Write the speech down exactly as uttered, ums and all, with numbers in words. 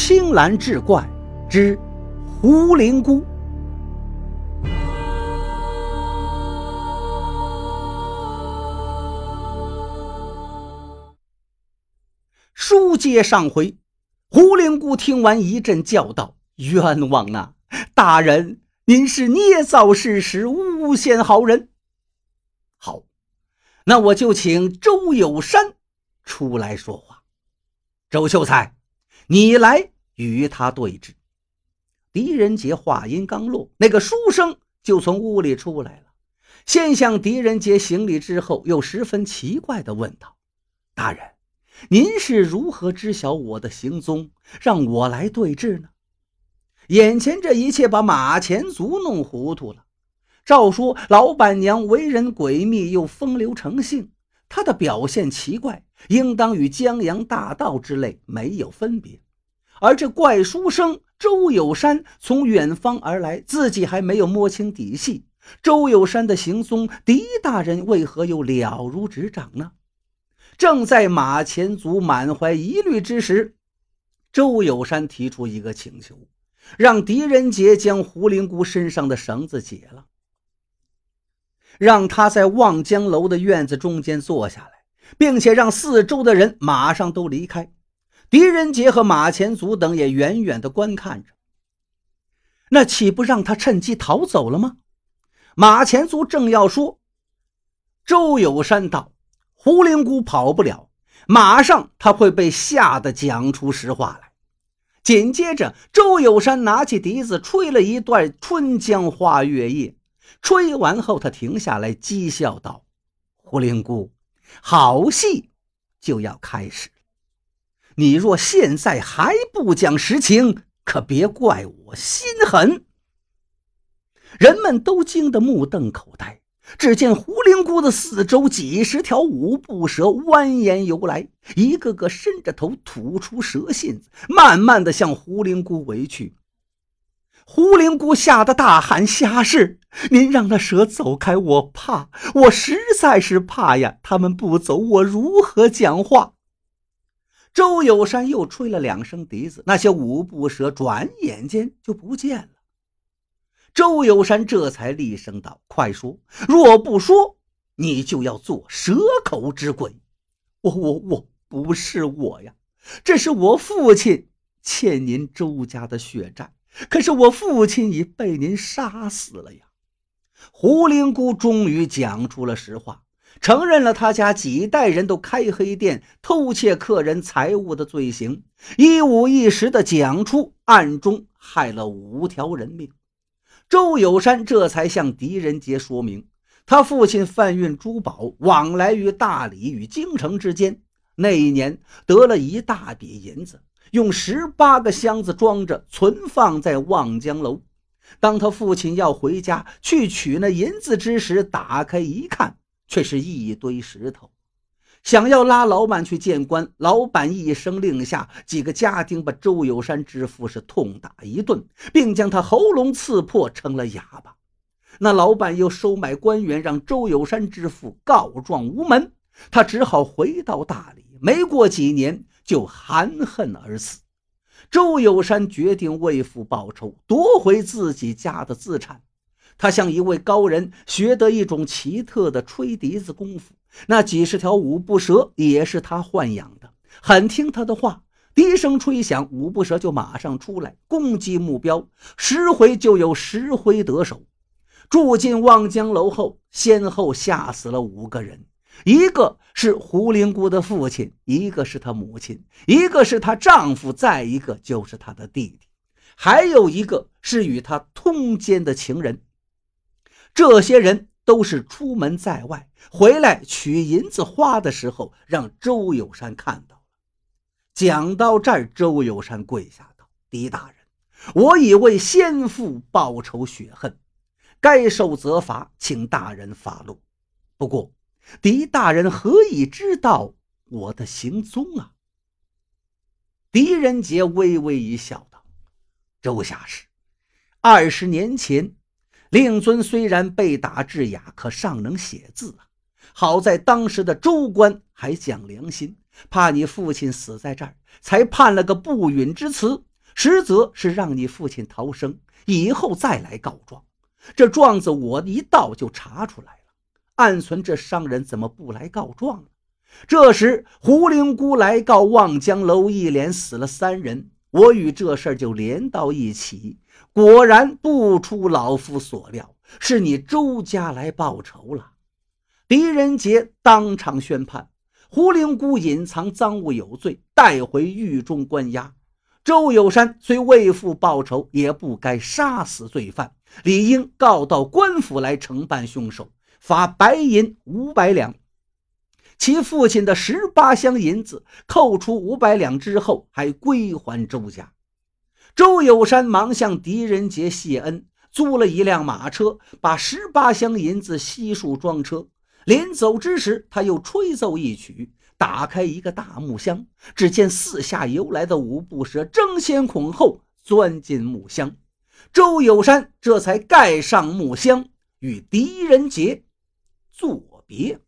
青蓝志怪之狐灵姑。书接上回，狐灵姑听完一阵叫道：冤枉啊，大人，您是捏造事实，诬陷好人。好，那我就请周有山出来说话。周秀才，你来与他对峙。狄仁杰话音刚落，那个书生就从屋里出来了，先向狄仁杰行礼之后，又十分奇怪地问道：大人，您是如何知晓我的行踪，让我来对峙呢？眼前这一切把马前卒弄糊涂了。照说老板娘为人诡秘又风流成性，她的表现奇怪，应当与江洋大盗之类没有分别。而这怪书生周有山从远方而来，自己还没有摸清底细，周有山的行踪，狄大人为何又了如指掌呢？正在马前卒满怀疑虑之时，周有山提出一个请求，让狄仁杰将狐灵姑身上的绳子解了，让他在望江楼的院子中间坐下来，并且让四周的人马上都离开。狄仁杰和马前卒等也远远地观看着，那岂不让他趁机逃走了吗？马前卒正要说，周有山道：狐灵姑跑不了，马上他会被吓得讲出实话来。紧接着周有山拿起笛子吹了一段《春江花月夜》，吹完后他停下来讥笑道：狐灵姑，好戏就要开始了，你若现在还不讲实情，可别怪我心狠。人们都惊得目瞪口呆，只见狐灵姑的四周几十条五步蛇蜿蜒游来，一个个伸着头吐出蛇信子，慢慢地向狐灵姑围去。狐灵姑吓得大喊：侠士，您让那蛇走开，我怕，我实在是怕呀，他们不走，我如何讲话？周有山又吹了两声笛子，那些五步蛇转眼间就不见了。周有山这才厉声道：快说，若不说，你就要做蛇口之鬼。我我我不是我呀，这是我父亲欠您周家的血债，可是我父亲已被您杀死了呀。狐灵姑终于讲出了实话，承认了他家几代人都开黑店偷窃客人财物的罪行，一五一十地讲出暗中害了五条人命。周有山这才向狄仁杰说明，他父亲贩运珠宝，往来于大理与京城之间，那一年得了一大笔银子，用十八个箱子装着，存放在望江楼。当他父亲要回家去取那银子之时，打开一看，却是一堆石头。想要拉老板去见官，老板一声令下，几个家丁把周有山之父是痛打一顿，并将他喉咙刺破成了哑巴。那老板又收买官员，让周有山之父告状无门，他只好回到大理，没过几年就含恨而死。周有山决定为父报仇，夺回自己家的资产。他向一位高人学得一种奇特的吹笛子功夫，那几十条五步蛇也是他豢养的，很听他的话，笛声吹响，五步蛇就马上出来攻击目标，十回就有十回得手。住进望江楼后，先后吓死了五个人，一个是狐灵姑的父亲，一个是他母亲，一个是她丈夫，再一个就是他的弟弟，还有一个是与他通奸的情人。这些人都是出门在外，回来取银子花的时候，让周有山看到了。讲到这儿，周有山跪下道：狄大人，我已为先父报仇雪恨，该受责罚，请大人发落。不过狄大人何以知道我的行踪啊？狄仁杰微微一笑道：周下士，二十年前令尊虽然被打致哑，可尚能写字啊。好在当时的州官还讲良心，怕你父亲死在这儿，才判了个不允之词， 实则是让你父亲逃生，以后再来告状。这状子我一到就查出来了，暗存这商人怎么不来告状呢？这时胡灵姑来告望江楼一连死了三人，我与这事儿就连到一起。果然不出老夫所料，是你周家来报仇了。狄仁杰当场宣判，胡灵姑隐藏赃物有罪，带回狱中关押。周有山虽为父报仇，也不该杀死罪犯，理应告到官府来惩办凶手，罚白银五百两。其父亲的十八箱银子扣除五百两之后，还归还周家。周有山忙向狄仁杰谢恩，租了一辆马车，把十八箱银子悉数装车。临走之时，他又吹奏一曲，打开一个大木箱，只见四下游来的五步蛇争先恐后钻进木箱，周有山这才盖上木箱，与狄仁杰作别。